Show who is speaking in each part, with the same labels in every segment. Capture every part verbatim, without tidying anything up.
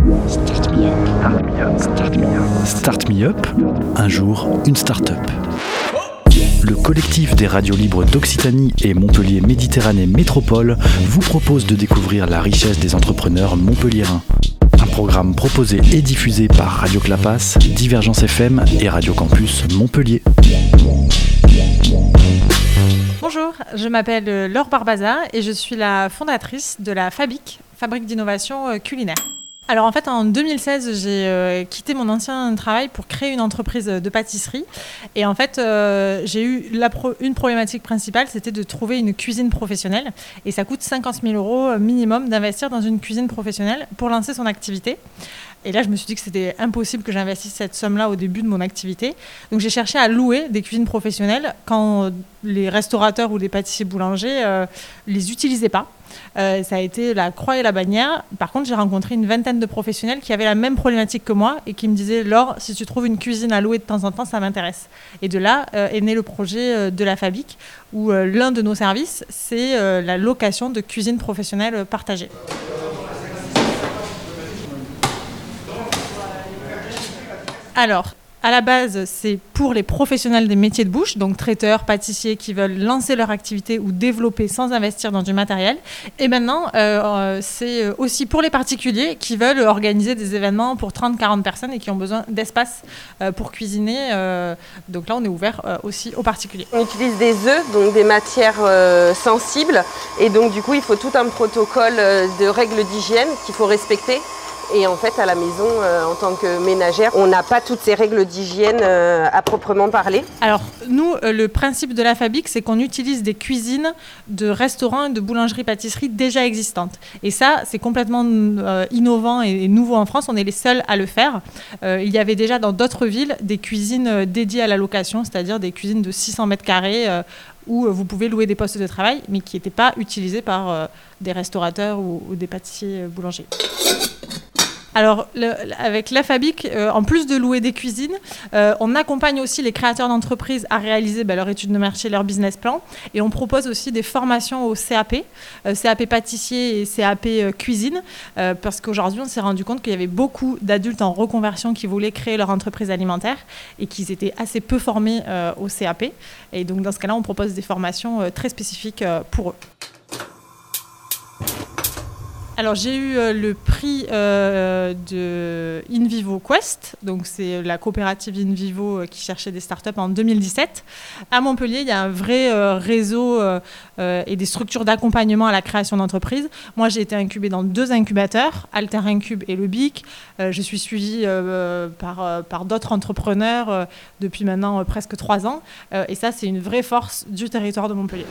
Speaker 1: Start me up. Start me up. Start me up. Un jour, une start-up. Le collectif des radios libres d'Occitanie et Montpellier Méditerranée Métropole vous propose de découvrir la richesse des entrepreneurs montpelliérains. Un programme proposé et diffusé par Radio Clapas, Divergence F M et Radio Campus Montpellier.
Speaker 2: Bonjour, je m'appelle Laure Barbaza et je suis la fondatrice de la Fabic, Fabrique d'innovation culinaire. Alors en fait, en deux mille seize, j'ai euh, quitté mon ancien travail pour créer une entreprise de pâtisserie. Et en fait, euh, j'ai eu la pro- une problématique principale, c'était de trouver une cuisine professionnelle. Et ça coûte cinquante mille euros minimum d'investir dans une cuisine professionnelle pour lancer son activité. Et là, je me suis dit que c'était impossible que j'investisse cette somme-là au début de mon activité. Donc, j'ai cherché à louer des cuisines professionnelles quand les restaurateurs ou les pâtissiers boulangers ne euh, les utilisaient pas. Euh, ça a été la croix et la bannière. Par contre, j'ai rencontré une vingtaine de professionnels qui avaient la même problématique que moi et qui me disaient « Laure, si tu trouves une cuisine à louer de temps en temps, ça m'intéresse ». Et de là euh, est né le projet euh, de la Fabic, où euh, l'un de nos services, c'est euh, la location de cuisines professionnelles partagées. Alors, à la base, c'est pour les professionnels des métiers de bouche, donc traiteurs, pâtissiers qui veulent lancer leur activité ou développer sans investir dans du matériel. Et maintenant, euh, c'est aussi pour les particuliers qui veulent organiser des événements pour trente à quarante personnes et qui ont besoin d'espace euh, pour cuisiner. Euh, donc là, on est ouvert euh, aussi aux particuliers.
Speaker 3: On utilise des œufs, donc des matières euh, sensibles. Et donc, du coup, il faut tout un protocole euh, de règles d'hygiène qu'il faut respecter. Et en fait, à la maison, euh, en tant que ménagère, on n'a pas toutes ces règles d'hygiène euh, à proprement parler.
Speaker 2: Alors, nous, euh, le principe de la Fabic, c'est qu'on utilise des cuisines de restaurants et de boulangeries-pâtisseries déjà existantes. Et ça, c'est complètement euh, innovant et, et nouveau en France. On est les seuls à le faire. Euh, il y avait déjà dans d'autres villes des cuisines euh, dédiées à la location, c'est-à-dire des cuisines de six cents mètres carrés euh, où vous pouvez louer des postes de travail, mais qui n'étaient pas utilisés par euh, des restaurateurs ou, ou des pâtissiers euh, boulangers. Alors, le, avec la Fabic, euh, en plus de louer des cuisines, euh, on accompagne aussi les créateurs d'entreprises à réaliser bah, leur étude de marché, leur business plan. Et on propose aussi des formations au C A P, euh, C A P pâtissier et C A P euh, cuisine, euh, parce qu'aujourd'hui, on s'est rendu compte qu'il y avait beaucoup d'adultes en reconversion qui voulaient créer leur entreprise alimentaire et qu'ils étaient assez peu formés euh, au C A P. Et donc, dans ce cas-là, on propose des formations euh, très spécifiques euh, pour eux. Alors, j'ai eu euh, le prix euh, de InVivo Quest, donc c'est la coopérative InVivo euh, qui cherchait des startups en deux mille dix-sept. À Montpellier, il y a un vrai euh, réseau euh, euh, et des structures d'accompagnement à la création d'entreprises. Moi, j'ai été incubée dans deux incubateurs, Alter Incube et le B I C. Euh, je suis suivie euh, par, euh, par d'autres entrepreneurs euh, depuis maintenant euh, presque trois ans. Euh, et ça, c'est une vraie force du territoire de Montpellier.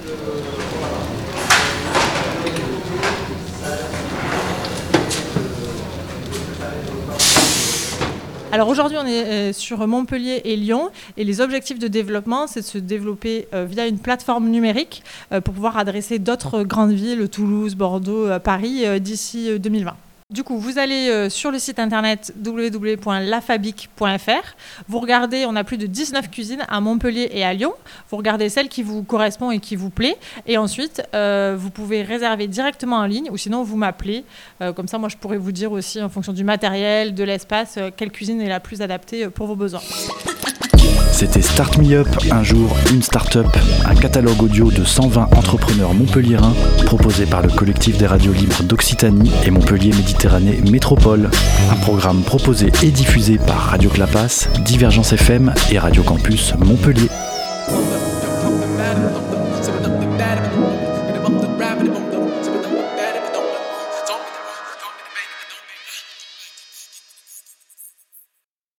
Speaker 2: Alors aujourd'hui, on est sur Montpellier et Lyon et les objectifs de développement, c'est de se développer euh, via une plateforme numérique euh, pour pouvoir adresser d'autres grandes villes, Toulouse, Bordeaux, euh, Paris, euh, d'ici euh, deux mille vingt. Du coup, vous allez euh, sur le site internet w w w point la fabic point f r. Vous regardez, on a plus de dix-neuf cuisines à Montpellier et à Lyon. Vous regardez celle qui vous correspond et qui vous plaît. Et ensuite, euh, vous pouvez réserver directement en ligne ou sinon vous m'appelez. Euh, comme ça, moi, je pourrais vous dire aussi en fonction du matériel, de l'espace, euh, quelle cuisine est la plus adaptée pour vos besoins.
Speaker 1: C'était Start Me Up, un jour, une start-up, un catalogue audio de cent vingt entrepreneurs montpelliérains proposé par le collectif des radios libres d'Occitanie et Montpellier Méditerranée Métropole. Un programme proposé et diffusé par Radio Clapas, Divergence F M et Radio Campus Montpellier.